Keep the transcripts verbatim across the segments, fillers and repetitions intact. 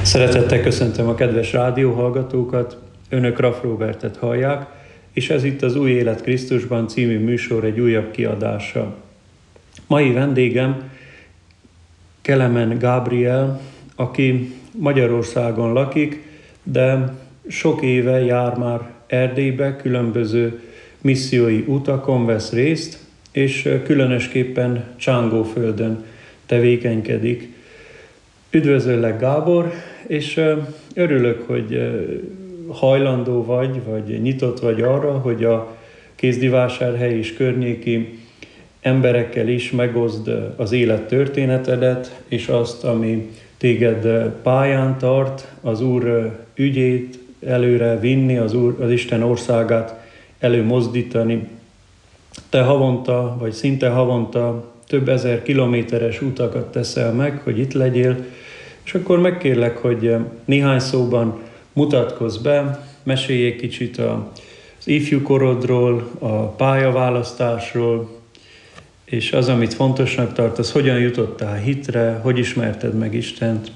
Szeretettel köszöntöm a kedves rádióhallgatókat, önök Raff Róbertet hallják, és ez itt az Új Élet Krisztusban című műsor egy újabb kiadása. Mai vendégem Kelemen Gabriel, aki Magyarországon lakik, de sok éve jár már Erdélybe, különböző missziói utakon vesz részt, és különösképpen Csángóföldön tevékenykedik. Üdvözöllek, Gábor, és örülök, hogy hajlandó vagy, vagy nyitott vagy arra, hogy a Kézdivásárhely és környéki emberekkel is megoszd az élet történetedet, és azt, ami téged pályán tart, az Úr ügyét előre vinni, az, Úr, az Isten országát előmozdítani. Te havonta, vagy szinte havonta több ezer kilométeres utakat teszel meg, hogy itt legyél, és akkor megkérlek, hogy néhány szóban mutatkozz be, mesélj egy kicsit az ifjúkorodról, a pályaválasztásról, és az, amit fontosnak tartasz, hogyan jutottál hitre, hogy ismerted meg Istent.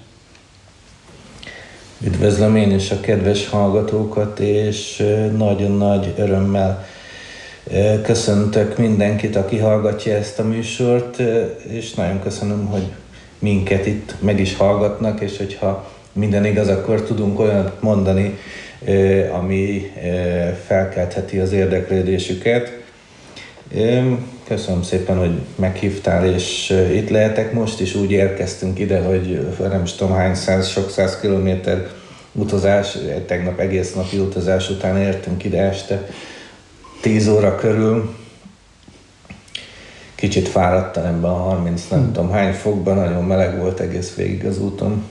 Üdvözlöm én is a kedves hallgatókat, és nagyon nagy örömmel köszöntök mindenkit, aki hallgatja ezt a műsort, és nagyon köszönöm, hogy minket itt meg is hallgatnak, és hogyha minden igaz, akkor tudunk olyat mondani, ami felkeltheti az érdeklődésüket. Köszönöm szépen, hogy meghívtál, és itt lehetek most is. Úgy érkeztünk ide, hogy nem is tudom hány száz, sok száz kilométer utazás, tegnap egész napi utazás után értünk ide este tíz óra körül. Kicsit fáradtam ebben a harminc, nem hmm. tudom hány fokban, nagyon meleg volt egész végig az úton.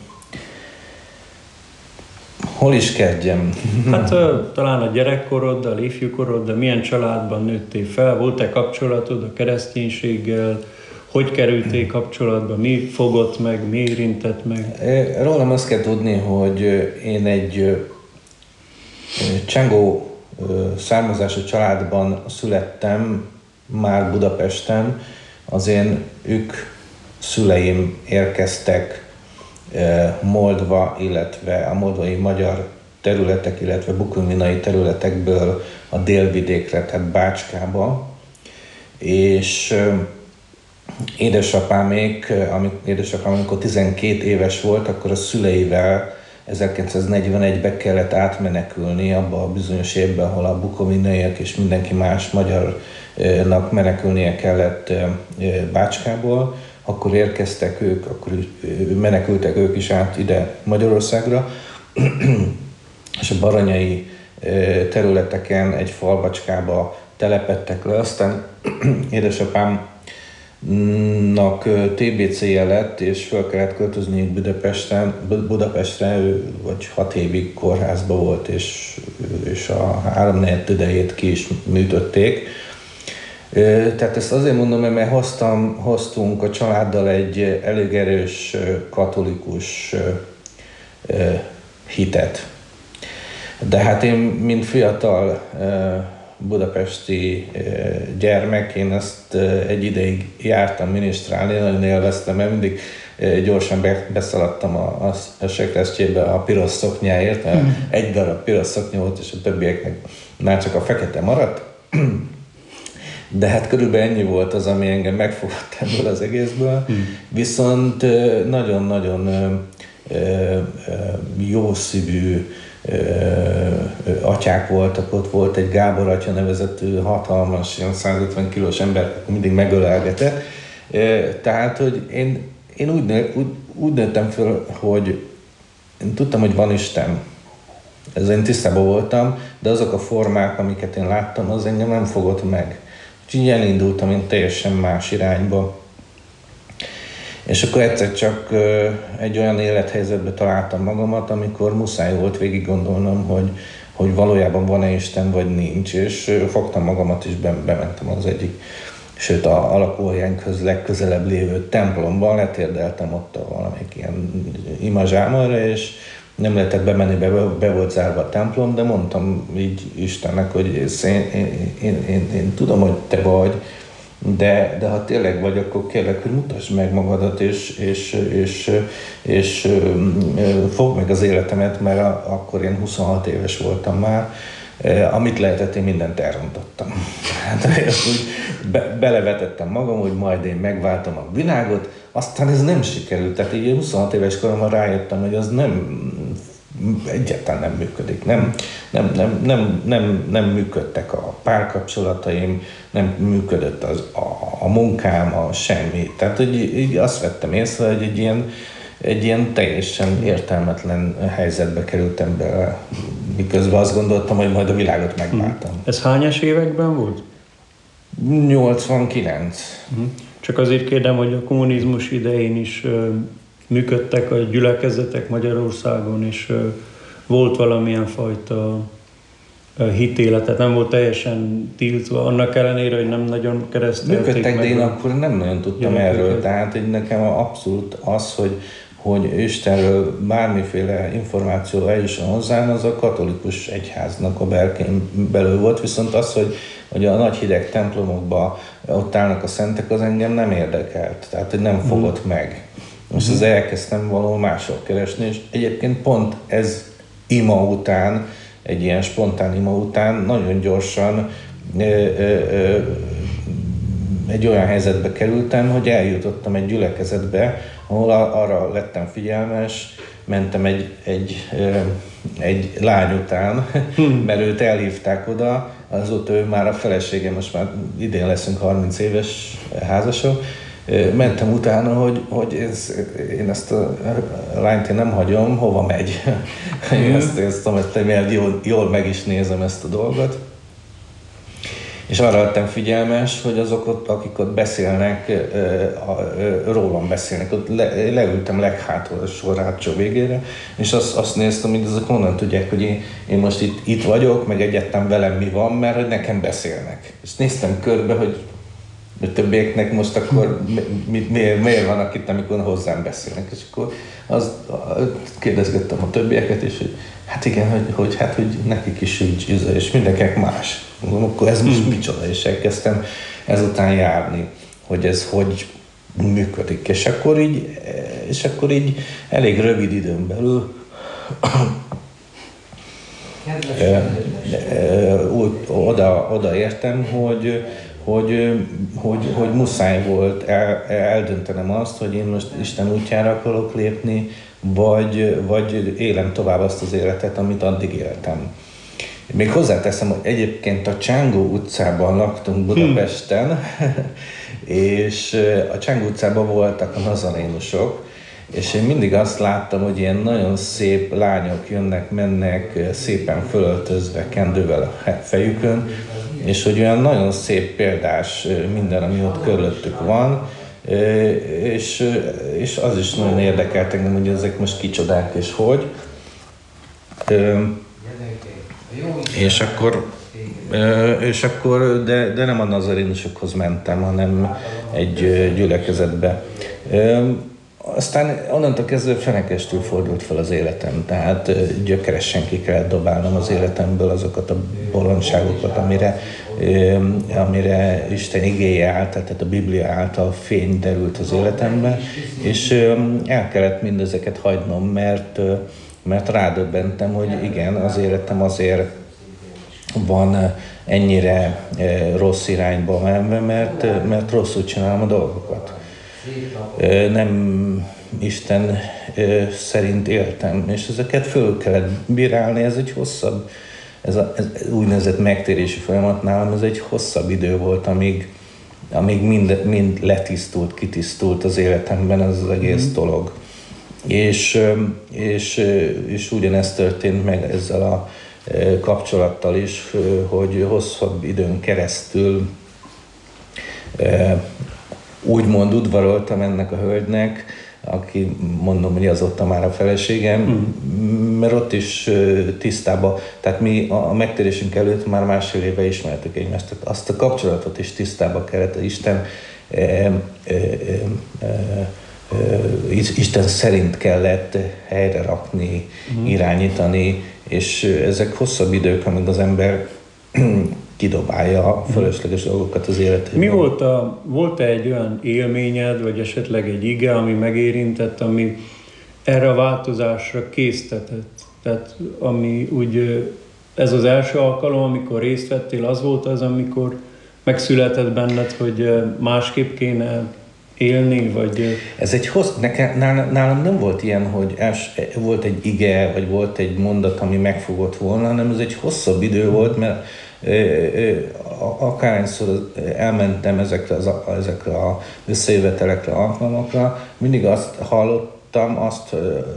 Hol is kezdjem? Hát talán a gyerekkoroddal, ifjúkoroddal, milyen családban nőttél fel? Volt-e kapcsolatod a kereszténységgel? Hogy kerültél kapcsolatba? Mi fogott meg? Mi érintett meg? Rólam azt kell tudni, hogy én egy Csángó származású családban születtem, már Budapesten. Az én ők szüleim érkeztek Moldva, illetve a moldvai magyar területek, illetve bukovinai területekből a délvidékre, tehát Bácskába. És édesapámék, édesapám, amikor tizenkét éves volt, akkor a szüleivel ezerkilencszáznegyvenegyben kellett átmenekülni abba a bizonyos évben, ahol a bukovinaiak és mindenki más magyarnak menekülnie kellett Bácskából. Akkor érkeztek ők, akkor menekültek ők is át ide Magyarországra, és a baranyai területeken egy falbacskába telepedtek le. Aztán édesapámnak té bé cé-je lett, és fel kellett költözniük Budapesten, Budapestre, ő vagy hat évig kórházba volt, és, és a háromnegyed tüdejét ki is műtötték. Tehát ezt azért mondom, mert hoztam, hoztunk a családdal egy elég erős katolikus hitet. De hát én, mint fiatal budapesti gyermek, én ezt egy ideig jártam minisztrálni, nagyon élveztem, mert mindig gyorsan beszaladtam a, a, a sekrestjébe a piros szoknyáért, mert mm. egy darab piros szoknya volt, és a többieknek már csak a fekete maradt. De hát körülbelül ennyi volt az, ami engem megfogott ebből az egészből. Mm. Viszont nagyon-nagyon jó szívű atyák voltak, ott volt egy Gábor atya nevezetű hatalmas, ilyen száz ötven kilós ember, akkor mindig megölelgetett. Tehát, hogy én, én úgy, nő, úgy, úgy nőttem föl, hogy én tudtam, hogy van Isten. Ezzel én tisztában voltam, de azok a formák, amiket én láttam, az engem nem fogott meg. Úgyhogy elindultam én teljesen más irányba. És akkor egyszer csak egy olyan élethelyzetbe találtam magamat, amikor muszáj volt végig gondolnom, hogy, hogy valójában van-e Isten, vagy nincs. És fogtam magamat, és bementem az egyik, sőt a lakóhelyünkhöz legközelebb lévő templomban, letérdeltem ott a valamelyik ilyen imazsámorra, és nem lehetett bemenni, be, be volt zárva a templom, de mondtam így Istennek, hogy én, én, én, én, én tudom, hogy te vagy, de, de ha tényleg vagy, akkor kérlek, hogy mutasd meg magadat, és, és, és, és, és fogd meg az életemet, mert a, akkor én huszonhat éves voltam már, amit lehetett, én mindent elrontottam. Hát úgy be, belevetettem magam, hogy majd én megváltom a világot, aztán ez nem sikerült. Tehát így huszonhat éves koromban rájöttem, hogy az nem, egyáltalán nem működik. Nem, nem, nem, nem, nem, nem működtek a párkapcsolataim, nem működött az, a, a munkám, a semmi. Tehát hogy így azt vettem észre, hogy egy ilyen, egy ilyen teljesen értelmetlen helyzetbe kerültem bele, miközben azt gondoltam, hogy majd a világot megváltam. Ez hányas években volt? nyolcvankilenc. Csak azért kérdem, hogy a kommunizmus idején is uh, működtek a gyülekezetek Magyarországon, és uh, volt valamilyen fajta uh, hitélet, nem volt teljesen tiltva, annak ellenére, hogy nem nagyon keresztelték meg. Működtek, de én akkor nem nagyon tudtam gyerekeket. Erről, tehát hogy nekem abszolút az, hogy hogy Istenről bármiféle információ eljusson hozzám, az a katolikus egyháznak a berkén belül volt, viszont az, hogy, hogy a nagy hideg templomokban ott állnak a szentek, az engem nem érdekelt, tehát hogy nem fogott meg. Most az elkezdtem valahol máshol keresni, és egyébként pont ez ima után, egy ilyen spontán ima után nagyon gyorsan ö, ö, ö, egy olyan helyzetbe kerültem, hogy eljutottam egy gyülekezetbe, ahol arra lettem figyelmes, mentem egy, egy, egy lány után, mert őt elhívták oda, azóta ő már a feleségem, most már idén leszünk harminc éves házasok, mentem utána, hogy, hogy ez, én ezt a lányt én nem hagyom, hova megy. Én ezt, ezt mert jól, jól meg is nézem ezt a dolgot. És arra lettem figyelmes, hogy azok, akik ott beszélnek, rólam beszélnek. Ott le, leültem leghátul a sor hátsó végére, és azt, azt néztem, hogy ezek honnan tudják, hogy én, én most itt, itt vagyok, meg egyáltalán velem mi van, mert hogy nekem beszélnek. És néztem körbe, hogy a többieknek most akkor mi, miért, miért vannak itt, amikor hozzám beszélnek. És akkor azt kérdezgettem a többieket, és hogy hát igen, hogy, hogy, hát, hogy nekik is úgy, és mindenkinek más. Akkor ez most micsoda, és elkezdtem ezután járni, hogy ez hogy működik. És akkor így, és akkor így elég rövid időn belül úgy oda, oda értem, hogy, hogy, hogy, hogy muszáj volt el, eldöntenem azt, hogy én most Isten útjára akarok lépni, vagy, vagy élem tovább azt az életet, amit addig éltem. Még hozzáteszem, hogy egyébként a Csángó utcában laktunk Budapesten, hmm. és a Csángó utcában voltak a nazarénusok, és én mindig azt láttam, hogy ilyen nagyon szép lányok jönnek, mennek, szépen fölöltözve, kendővel a fejükön, és hogy olyan nagyon szép példás minden, ami ott körülöttük van, és, és az is nagyon érdekelt engem, hogy ezek most kicsodák és hogy. És akkor, és akkor de, de nem a nazarénusokhoz mentem, hanem egy gyülekezetbe. Aztán onnantól kezdve fenekestül fordult fel az életem, tehát gyökeresen ki kellett dobálnom az életemből azokat a bolondságokat, amire, amire Isten igéje által, tehát a Biblia által fény derült az életembe, és el kellett mindezeket hagynom, mert, mert rádöbbentem, hogy igen, az életem azért van ennyire rossz irányba menve, mert, mert rosszul csinálom a dolgokat. Nem Isten szerint éltem, és ezeket föl kellett bírálni, ez egy hosszabb, ez a ez úgynevezett megtérési folyamat nálam, ez egy hosszabb idő volt, amíg, amíg mind, mind letisztult, kitisztult az életemben ez az egész mm. dolog. És, és, és ugyanezt történt meg ezzel a kapcsolattal is, hogy hosszabb időn keresztül úgymond udvaroltam ennek a hölgynek, aki mondom, hogy azóta már a feleségem, mm. mert ott is tisztában, tehát mi a megtérésünk előtt már másfél éve ismertük egymást, tehát azt a kapcsolatot is tisztába kellett, Isten, e, e, e, e, Isten szerint kellett helyre rakni, mm. irányítani, és ezek hosszabb idők, amíg az ember kidobálja a fölösleges dolgokat az életében. Mi volt a, volt-e egy olyan élményed, vagy esetleg egy ige, ami megérintett, ami erre a változásra késztetett? Tehát ami úgy, ez az első alkalom, amikor részt vettél, az volt az, amikor megszületett benned, hogy másképp kéne élni, vagy... Ez egy hossz... Nekem, nálam nem volt ilyen, hogy els, volt egy ige, vagy volt egy mondat, ami megfogott volna, hanem ez egy hosszabb idő volt, mert akárhányszor elmentem ezekre, az, ezekre a összejövetelekre, alkalmakra, mindig azt hallottam, azt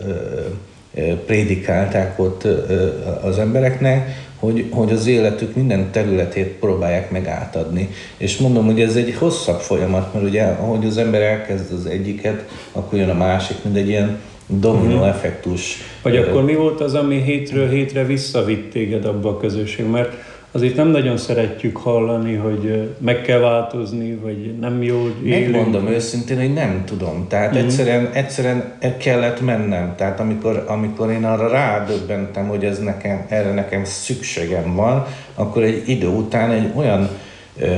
prédikálták ott az embereknek, hogy, hogy az életük minden területét próbálják meg átadni. És mondom, hogy ez egy hosszabb folyamat, mert ugye ahogy az ember elkezd az egyiket, akkor jön a másik, mint egy ilyen dominó mm-hmm. effektus. Vagy akkor mi volt az, ami hétről hétre visszavitt téged abba a közösség? Mert azért nem nagyon szeretjük hallani, hogy meg kell változni, vagy nem jól élünk. Megmondom őszintén, hogy nem tudom. Tehát mm-hmm. egyszerűen, egyszerűen kellett mennem. Tehát amikor, amikor én arra rádöbbentem, hogy ez nekem, erre nekem szükségem van, akkor egy idő után egy olyan ö,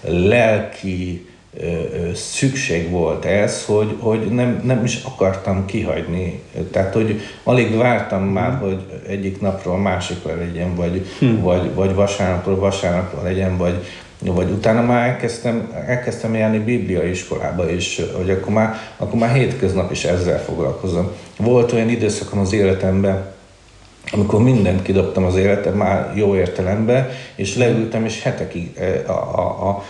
lelki ö, ö, szükség volt ez, hogy, hogy nem, nem is akartam kihagyni. Tehát, hogy alig vártam mm. már, hogy egyik napról másikra legyen, vagy, mm. vagy, vagy vasárnapról vasárnapra legyen, vagy, vagy utána már elkezdtem, elkezdtem járni bibliai iskolába is, hogy akkor már, akkor már hétköznap is ezzel foglalkozom. Volt olyan időszakom az életemben, amikor mindent kidobtam az életem, már jó értelemben, és leültem, és hetekig a, a, a, a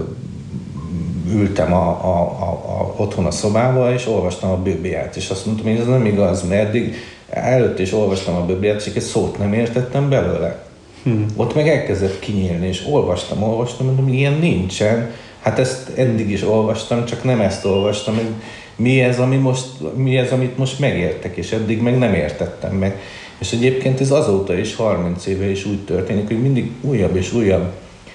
ültem a, a, a, a, otthon a szobába, és olvastam a Bibliát, és azt mondtam, hogy ez nem igaz, mert eddig előtte is olvastam a Bibliát, csak egy szót nem értettem belőle. Hmm. Ott meg elkezdett kinyílni, és olvastam, olvastam, mondom, ilyen nincsen. Hát ezt eddig is olvastam, csak nem ezt olvastam. Mi ez, ami most, mi ez, amit most megértek, és eddig meg nem értettem meg. És egyébként ez azóta is, harminc éve is úgy történik, hogy mindig újabb és újabb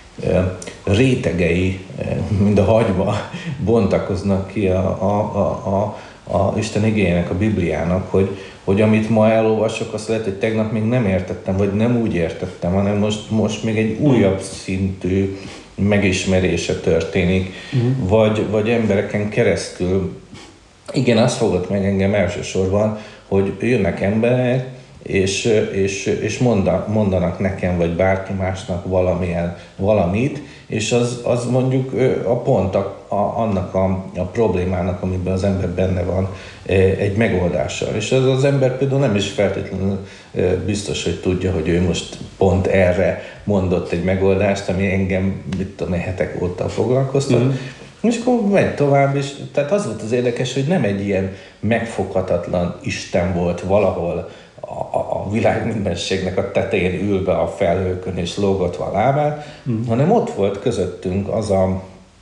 rétegei, mind a hagyma bontakoznak ki a, a, a, a, a Isten igéjének, a Bibliának, hogy, hogy amit ma elolvasok, azt lehet, hogy tegnap még nem értettem, vagy nem úgy értettem, hanem most, most még egy újabb szintű megismerése történik, uh-huh. vagy, vagy embereken keresztül. Igen, azt fogott meg engem elsősorban, hogy jönnek emberek, és, és, és mondanak nekem, vagy bárki másnak valamilyen, valamit, és az, az mondjuk a pont a, a, annak a, a problémának, amiben az ember benne van, egy megoldással. És az az ember például nem is feltétlenül biztos, hogy tudja, hogy ő most pont erre mondott egy megoldást, ami engem, mit tudom, hetek óta foglalkoztat. Mm. És akkor megy tovább, és tehát az volt az érdekes, hogy nem egy ilyen megfoghatatlan Isten volt valahol a, a világ mindenségnek a tetején ülve a felhőkön és lógotva a lábát, mm. hanem ott volt közöttünk az a,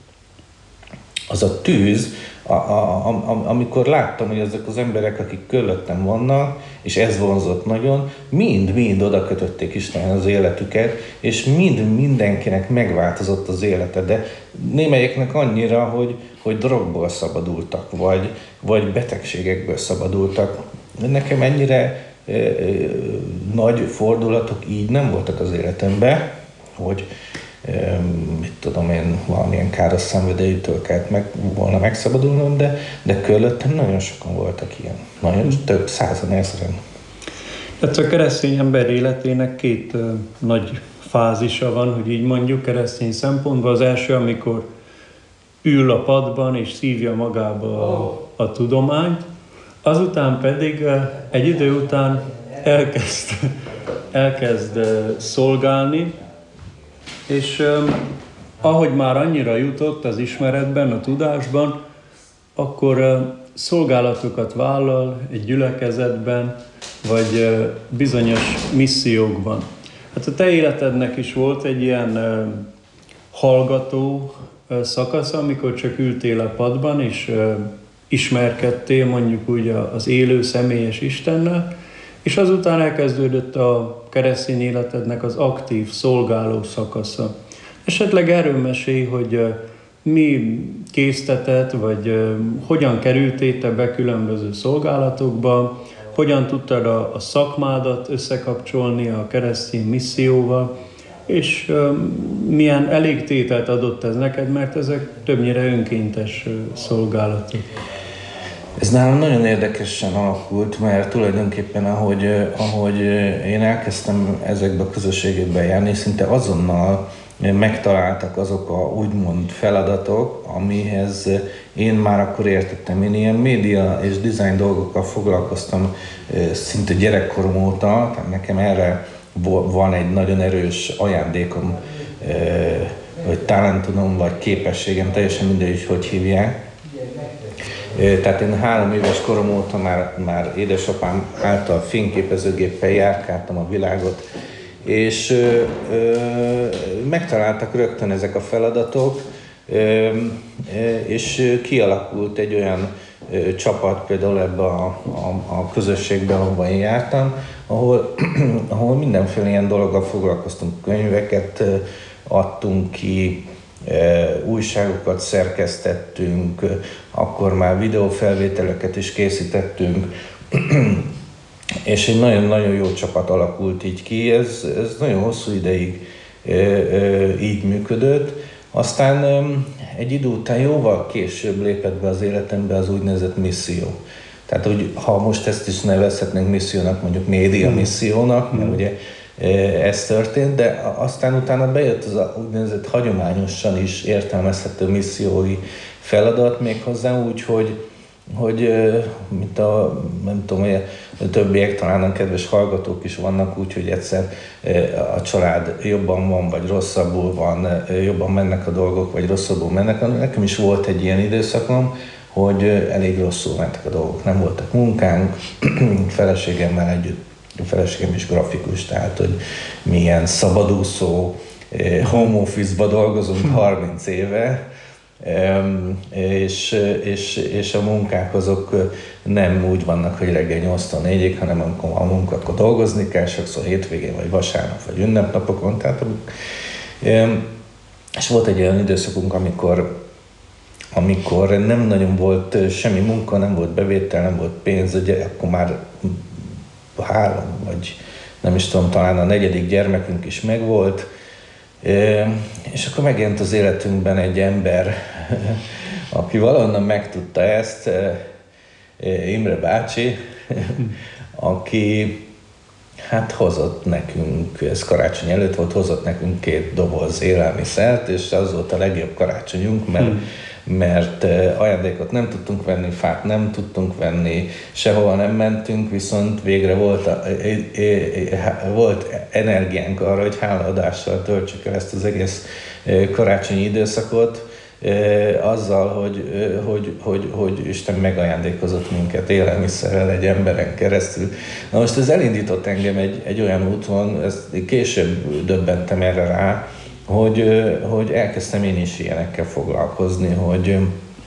az a tűz, a, a, a, amikor láttam, hogy ezek az emberek, akik körülöttem vannak, és ez vonzott nagyon, mind-mind oda kötötték Istenhez az életüket, és mind mindenkinek megváltozott az élete, de némelyeknek annyira, hogy, hogy drogból szabadultak, vagy, vagy betegségekből szabadultak. Nekem ennyire e, e, nagy fordulatok így nem voltak az életemben, hogy e, mit tudom én, valamilyen káros szenvedélytől kellett meg, volna megszabadulnom, de, de körülöttem nagyon sokan voltak ilyen. Nagyon több százan, ezren. Tehát a keresztény ember életének két uh, nagy fázisa van, hogy így mondjuk keresztény szempontból. Az első, amikor ül a padban és szívja magába a, a tudományt, azután pedig uh, egy idő után elkezd, elkezd uh, szolgálni, és um, ahogy már annyira jutott az ismeretben, a tudásban, akkor uh, szolgálatokat vállal egy gyülekezetben, vagy uh, bizonyos missziókban. Hát a te életednek is volt egy ilyen uh, hallgató uh, szakasz, amikor csak ültél a padban, és uh, ismerkedtél mondjuk úgy az élő személyes Istennel, és azután elkezdődött a keresztény életednek az aktív, szolgáló szakasza. Esetleg erről mesélj, hogy mi késztetett, vagy hogyan kerültél te be különböző szolgálatokba, hogyan tudtad a, a szakmádat összekapcsolni a keresztény misszióval, és milyen elégtételt adott ez neked, mert ezek többnyire önkéntes szolgálatok. Ez nálam nagyon érdekesen alakult, mert tulajdonképpen ahogy, ahogy én elkezdtem ezekbe a közösségekbe járni, szinte azonnal megtaláltak azok a úgymond feladatok, amihez én már akkor értettem. Én ilyen média és design dolgokkal foglalkoztam szinte gyerekkorom óta, tehát nekem erre van egy nagyon erős ajándékom, vagy talentumom, vagy képességem, teljesen mindegy, hogy hívják. Tehát én három éves korom óta már, már édesapám által fényképezőgéppel járkáltam a világot, és ö, ö, megtaláltak rögtön ezek a feladatok, ö, ö, és kialakult egy olyan ö, csapat például ebbe a, a, a közösségbe, ahova én jártam, ahol, ahol mindenféle ilyen dologgal foglalkoztunk, könyveket ö, adtunk ki, újságokat szerkesztettünk, akkor már videófelvételeket is készítettünk, és egy nagyon-nagyon jó csapat alakult így ki, ez, ez nagyon hosszú ideig így működött. Aztán egy idő után jóval később lépett be az életembe az úgynevezett misszió. Tehát, hogy ha most ezt is nevezhetnénk missziónak, mondjuk média missziónak, mert ugye ez történt, de aztán utána bejött az a úgynevezett hagyományosan is értelmezhető missziói feladat, méghozzá úgy, hogy, hogy mint a, nem tudom, a többiek, talán a kedves hallgatók is vannak úgy, hogy egyszer a család jobban van, vagy rosszabbul van, jobban mennek a dolgok, vagy rosszabbul mennek. Nekem is volt egy ilyen időszakom, hogy elég rosszul mentek a dolgok. Nem voltak munkánk, feleségemmel együtt. A feleségem is grafikus, tehát hogy milyen szabadúszó, home office-ba dolgozunk harminc éve, és, és, és a munkák azok nem úgy vannak, hogy reggel nyolctól négyig, hanem amikor a munka, akkor dolgozni kell, sokszor hétvégén, vagy vasárnap, vagy ünnepnapokon. Tehát, és volt egy olyan időszakunk, amikor amikor nem nagyon volt semmi munka, nem volt bevétel, nem volt pénz, ugye akkor már három, vagy nem is tudom, talán a negyedik gyermekünk is megvolt, és akkor megjelent az életünkben egy ember, aki valahonnan megtudta ezt, Imre bácsi, aki hát hozott nekünk, ez karácsony előtt volt, hozott nekünk két doboz élelmiszert, és az volt a legjobb karácsonyunk, mert hmm. mert ajándékot nem tudtunk venni, fát nem tudtunk venni, sehova nem mentünk, viszont végre volt, a, volt energiánk arra, hogy hálaadással töltsük el ezt az egész karácsonyi időszakot, azzal, hogy, hogy, hogy, hogy Isten megajándékozott minket élelmiszerrel egy emberen keresztül. Na most ez elindított engem egy, egy olyan úton, ezt később döbbentem erre rá, hogy, hogy elkezdtem én is ilyenekkel foglalkozni, hogy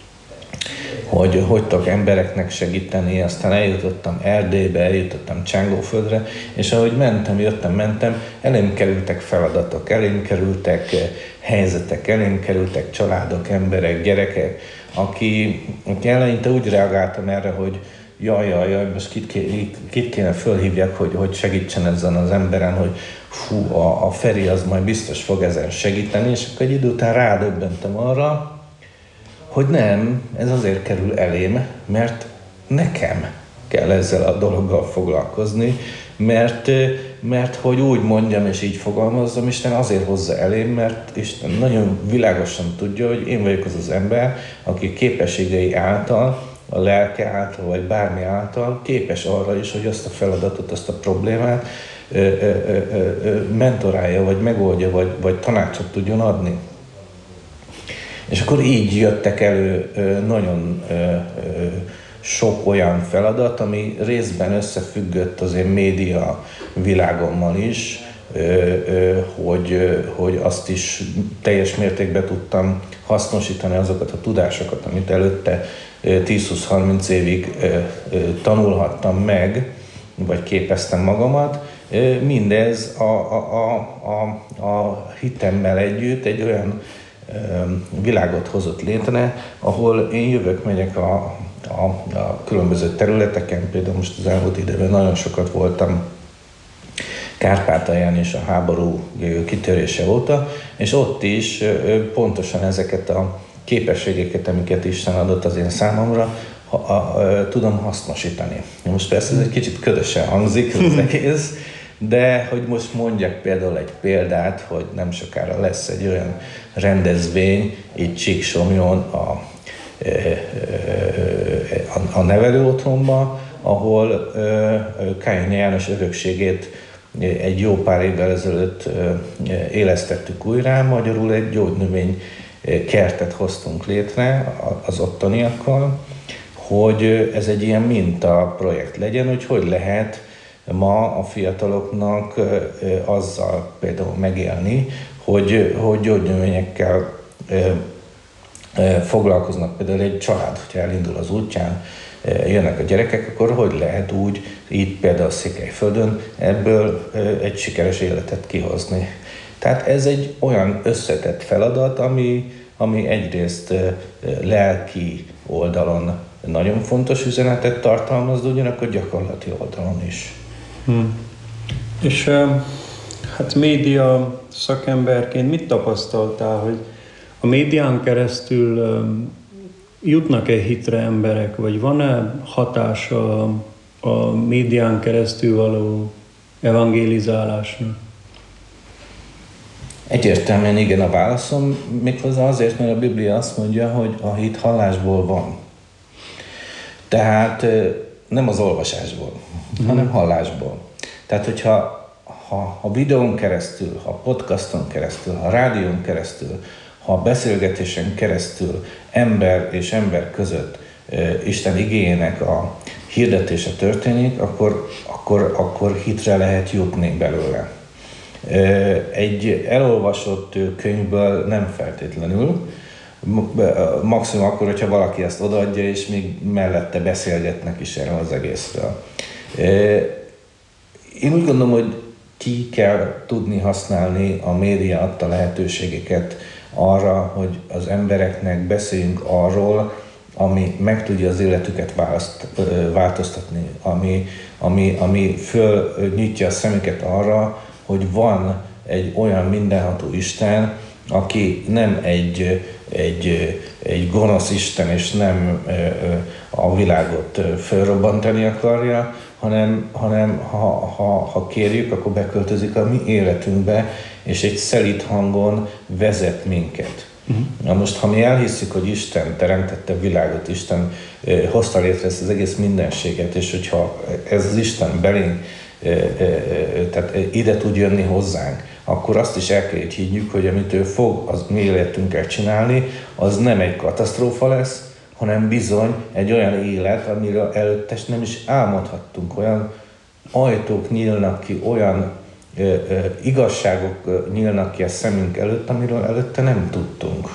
hogy hogy tudok embereknek segíteni, aztán eljutottam Erdélybe, eljutottam Csángóföldre, és ahogy mentem, jöttem, mentem, elém kerültek feladatok, elém kerültek helyzetek, elém kerültek családok, emberek, gyerekek, aki, aki eleinte úgy reagáltam erre, hogy jaj, jaj, jaj, most kit, ké, kit kéne fölhívjak, hogy, hogy segítsen ezen az emberen, hogy fú, a, a Feri az majd biztos fog ezen segíteni, és akkor egy idő után rádöbbentem arra, hogy nem, ez azért kerül elém, mert nekem kell ezzel a dologgal foglalkozni, mert, mert hogy úgy mondjam és így fogalmazzam, Isten azért hozza elém, mert Isten nagyon világosan tudja, hogy én vagyok az az ember, aki képességei által, a lelke által, vagy bármi által képes arra is, hogy azt a feladatot, azt a problémát ö, ö, ö, ö, mentorálja, vagy megoldja, vagy, vagy tanácsot tudjon adni. És akkor így jöttek elő nagyon sok olyan feladat, ami részben összefüggött az én média világommal is, hogy, hogy azt is teljes mértékben tudtam hasznosítani azokat a tudásokat, amit előtte tíz-húsz-harminc évig tanulhattam meg, vagy képeztem magamat. Mindez a, a, a, a, a hitemmel együtt egy olyan világot hozott létre, ahol én jövök, megyek a, a, a különböző területeken, például most az elmúlt időben nagyon sokat voltam Kárpátalján és a háború kitörése óta, és ott is pontosan ezeket a képességeket, amiket Isten adott az én számomra, ha, a, a, tudom hasznosítani. Most persze ez egy kicsit ködösen hangzik az egész, de hogy most mondjak például egy példát, hogy nem sokára lesz egy olyan rendezvény itt Csíksomlyón a, a, a nevelő otthonban, ahol Kájén János örökségét egy jó pár évvel ezelőtt élesztettük újra, magyarul egy gyógynövény kertet hoztunk létre az ottaniakkal, hogy ez egy ilyen minta projekt legyen, hogy hogy lehet ma a fiataloknak azzal például megélni, hogy, hogy gyógynövényekkel foglalkoznak. Például egy család, hogyha elindul az útján, jönnek a gyerekek, akkor hogy lehet úgy, így például Székelyföldön ebből egy sikeres életet kihozni. Tehát ez egy olyan összetett feladat, ami, ami egyrészt lelki oldalon nagyon fontos üzenetet tartalmaz, de ugyanakkor gyakorlati oldalon is. Hmm. És hát média szakemberként mit tapasztaltál, hogy a médián keresztül jutnak-e hitre emberek, vagy van-e hatása a médián keresztül való evangélizálásnak? Egyértelműen igen a válaszom, méghozzá azért, mert a Biblia azt mondja, hogy a hit hallásból van. Tehát nem az olvasásból, mm. hanem hallásból. Tehát, hogyha ha a videón keresztül, ha podcaston keresztül, ha rádión keresztül, ha a beszélgetésen keresztül ember és ember között Isten igéjének a hirdetése történik, akkor, akkor, akkor hitre lehet jutni belőle. Egy elolvasott könyvből nem feltétlenül, maximum akkor, hogyha valaki ezt odaadja, és még mellette beszélgetnek is erről az egészről. Én úgy gondolom, hogy ki kell tudni használni a média adta lehetőségeket arra, hogy az embereknek beszéljünk arról, ami meg tudja az életüket választ, változtatni, ami, ami, ami fölnyitja a szemüket arra, hogy van egy olyan mindenható Isten, aki nem egy, egy, egy gonosz Isten, és nem a világot felrobbantani akarja, hanem, hanem ha, ha, ha kérjük, akkor beköltözik a mi életünkbe, és egy szelíd hangon vezet minket. Uh-huh. Na most, ha mi elhisszük, hogy Isten teremtette a világot, Isten hozta létre ezt az egész mindenséget, és hogyha ez az Isten belénk, tehát ide tud jönni hozzánk, akkor azt is el kell higgyük, hogy amit ő fog az mi életünkkel csinálni, az nem egy katasztrófa lesz, hanem bizony egy olyan élet, amiről előtte nem is álmodhattunk, olyan ajtók nyílnak ki, olyan ö, ö, igazságok nyílnak ki a szemünk előtt, amiről előtte nem tudtunk.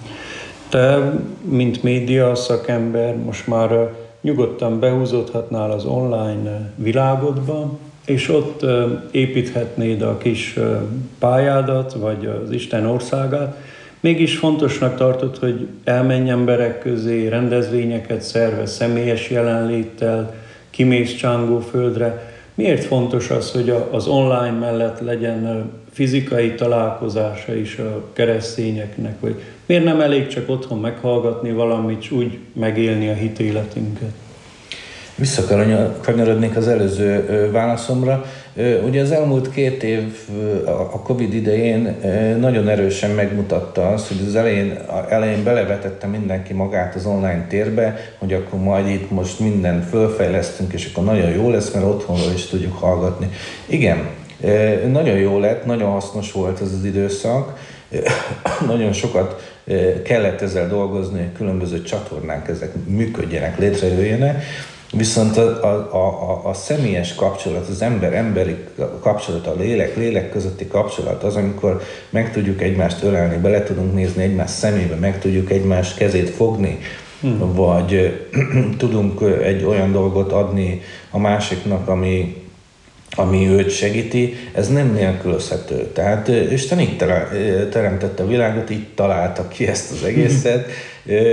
Te, mint média szakember, most már nyugodtan behúzódhatnál az online világodba, és ott építhetnéd a kis pályádat, vagy az Isten országát. Mégis fontosnak tartod, hogy elmenj emberek közé, rendezvényeket szervez, személyes jelenléttel, kimész Csángóföldre. Miért fontos az, hogy az online mellett legyen fizikai találkozása is a keresztényeknek? Vagy miért nem elég csak otthon meghallgatni valamit, és úgy megélni a hitéletünket? Visszakanyarodnék az előző válaszomra. Ugye az elmúlt két év a Covid idején nagyon erősen megmutatta azt, hogy az elején, elején belevetette mindenki magát az online térbe, hogy akkor majd itt most mindent fölfejlesztünk, és akkor nagyon jó lesz, mert otthonról is tudjuk hallgatni. Igen, nagyon jó lett, nagyon hasznos volt ez az időszak, nagyon sokat kellett ezzel dolgozni, hogy különböző csatornák ezek működjenek, létrejöjjenek. Viszont a, a, a, a személyes kapcsolat, az ember-emberi kapcsolat, a lélek-lélek közötti kapcsolat az, amikor meg tudjuk egymást ölelni, bele tudunk nézni egymás szemébe, meg tudjuk egymás kezét fogni, hmm. vagy tudunk egy olyan dolgot adni a másiknak, ami, ami őt segíti, ez nem nélkülözhető. Tehát Isten így teremtette a világot, így találta ki ezt az egészet,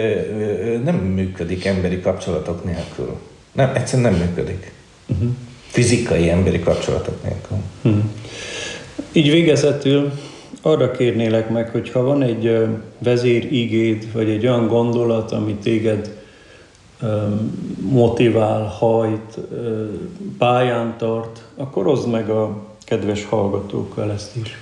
nem működik emberi kapcsolatok nélkül. Nem, egyszerűen nem működik. Uh-huh. fizikai, emberi kapcsolatok nélkül. Hmm. Így végezetül arra kérnélek meg, hogy ha van egy vezérigéd, vagy egy olyan gondolat, ami téged motivál, hajt, pályán tart, akkor oszd meg a kedves hallgatókkal ezt is.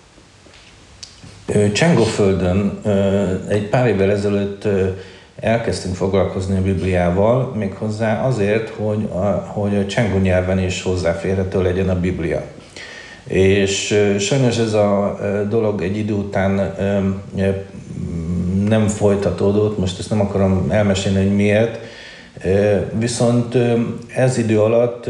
Csengóföldön egy pár évvel ezelőtt elkezdtünk foglalkozni a Bibliával, méghozzá azért, hogy a, hogy a csengó nyelven is hozzáférhető legyen a Biblia. És sajnos ez a dolog egy idő után nem folytatódott, most ezt nem akarom elmesélni, hogy miért, viszont ez idő alatt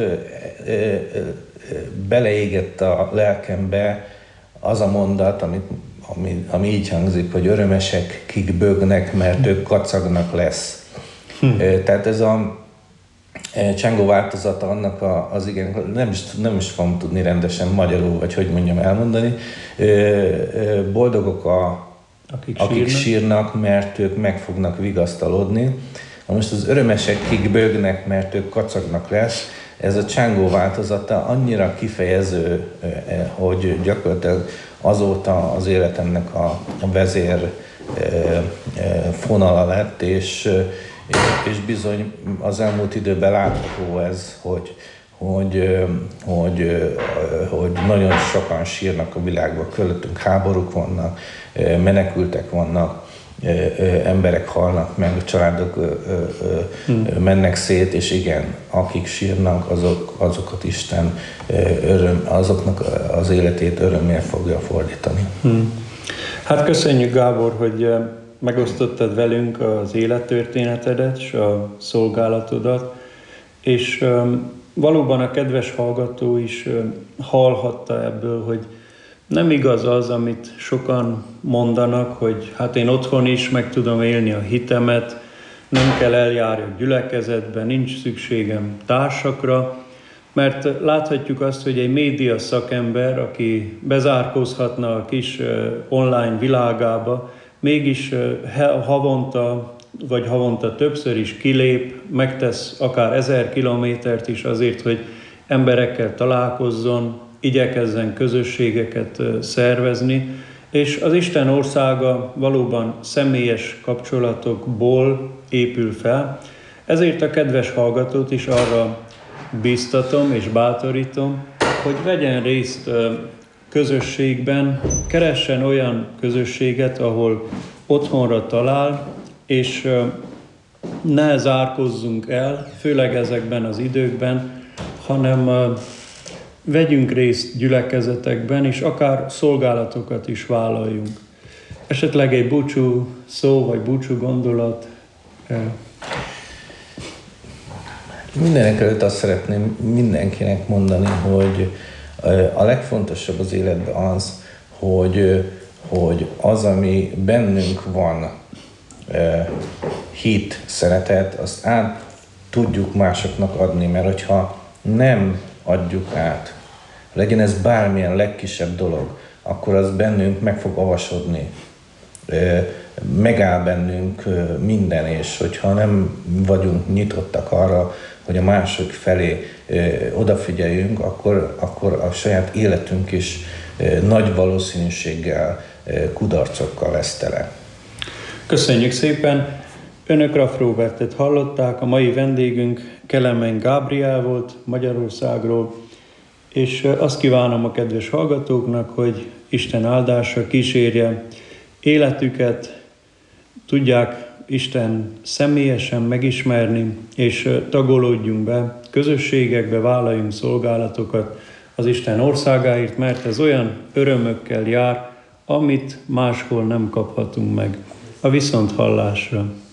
beleégett a lelkembe az a mondat, amit, ami, ami így hangzik, hogy örömesek, kik bőgnek, mert ők kacagnak lesz. Hm. Tehát ez a csengó változata annak a, az igen, nem is, nem is fogom tudni rendesen magyarul, vagy hogy mondjam elmondani. Boldogok, a, akik, akik sírnak. sírnak, mert ők meg fognak vigasztalodni. Most az örömesek, kik bőgnek, mert ők kacagnak lesz, ez a csengó változata annyira kifejező, hogy gyakorlatilag azóta az életemnek a vezér fonala lett, és, és bizony az elmúlt időben látható ez, hogy, hogy, hogy, hogy nagyon sokan sírnak a világban, körülöttünk háborúk vannak, menekültek vannak, emberek halnak meg, a családok hmm. mennek szét, és igen, akik sírnak, azok, azokat Isten öröm, azoknak az életét örömmel fogja fordítani. Hmm. Hát köszönjük, Gábor, hogy megosztottad velünk az élettörténetedet és a szolgálatodat, és valóban a kedves hallgató is hallhatta ebből, hogy nem igaz az, amit sokan mondanak, hogy hát én otthon is meg tudom élni a hitemet, nem kell eljárni a gyülekezetbe, nincs szükségem társakra, mert láthatjuk azt, hogy egy média szakember, aki bezárkózhatna a kis online világába, mégis havonta vagy havonta többször is kilép, megtesz akár ezer kilométert is azért, hogy emberekkel találkozzon, igyekezzen közösségeket szervezni, és az Isten országa valóban személyes kapcsolatokból épül fel. Ezért a kedves hallgatót is arra bíztatom és bátorítom, hogy vegyen részt közösségben, keressen olyan közösséget, ahol otthonra talál, és ne zárkozzunk el, főleg ezekben az időkben, hanem vegyünk részt gyülekezetekben, és akár szolgálatokat is vállaljunk. Esetleg egy búcsú szó, vagy búcsú gondolat. Mindenek előtt azt szeretném mindenkinek mondani, hogy a legfontosabb az életben az, hogy, hogy az, ami bennünk van, hit, szeretet, azt át tudjuk másoknak adni, mert hogyha nem adjuk át, legyen ez bármilyen legkisebb dolog, akkor az bennünk meg fog avasodni. Megáll bennünk minden, és hogyha nem vagyunk nyitottak arra, hogy a mások felé odafigyeljünk, akkor, akkor a saját életünk is nagy valószínűséggel kudarcokkal lesz tele. Köszönjük szépen! Önök Raff Róbertet hallották, a mai vendégünk Kelemen Gábriel volt Magyarországról, és azt kívánom a kedves hallgatóknak, hogy Isten áldása kísérje életüket, tudják Isten személyesen megismerni, és tagolódjunk be közösségekbe, vállaljunk szolgálatokat az Isten országáért, mert ez olyan örömökkel jár, amit máshol nem kaphatunk meg. A viszonthallásra!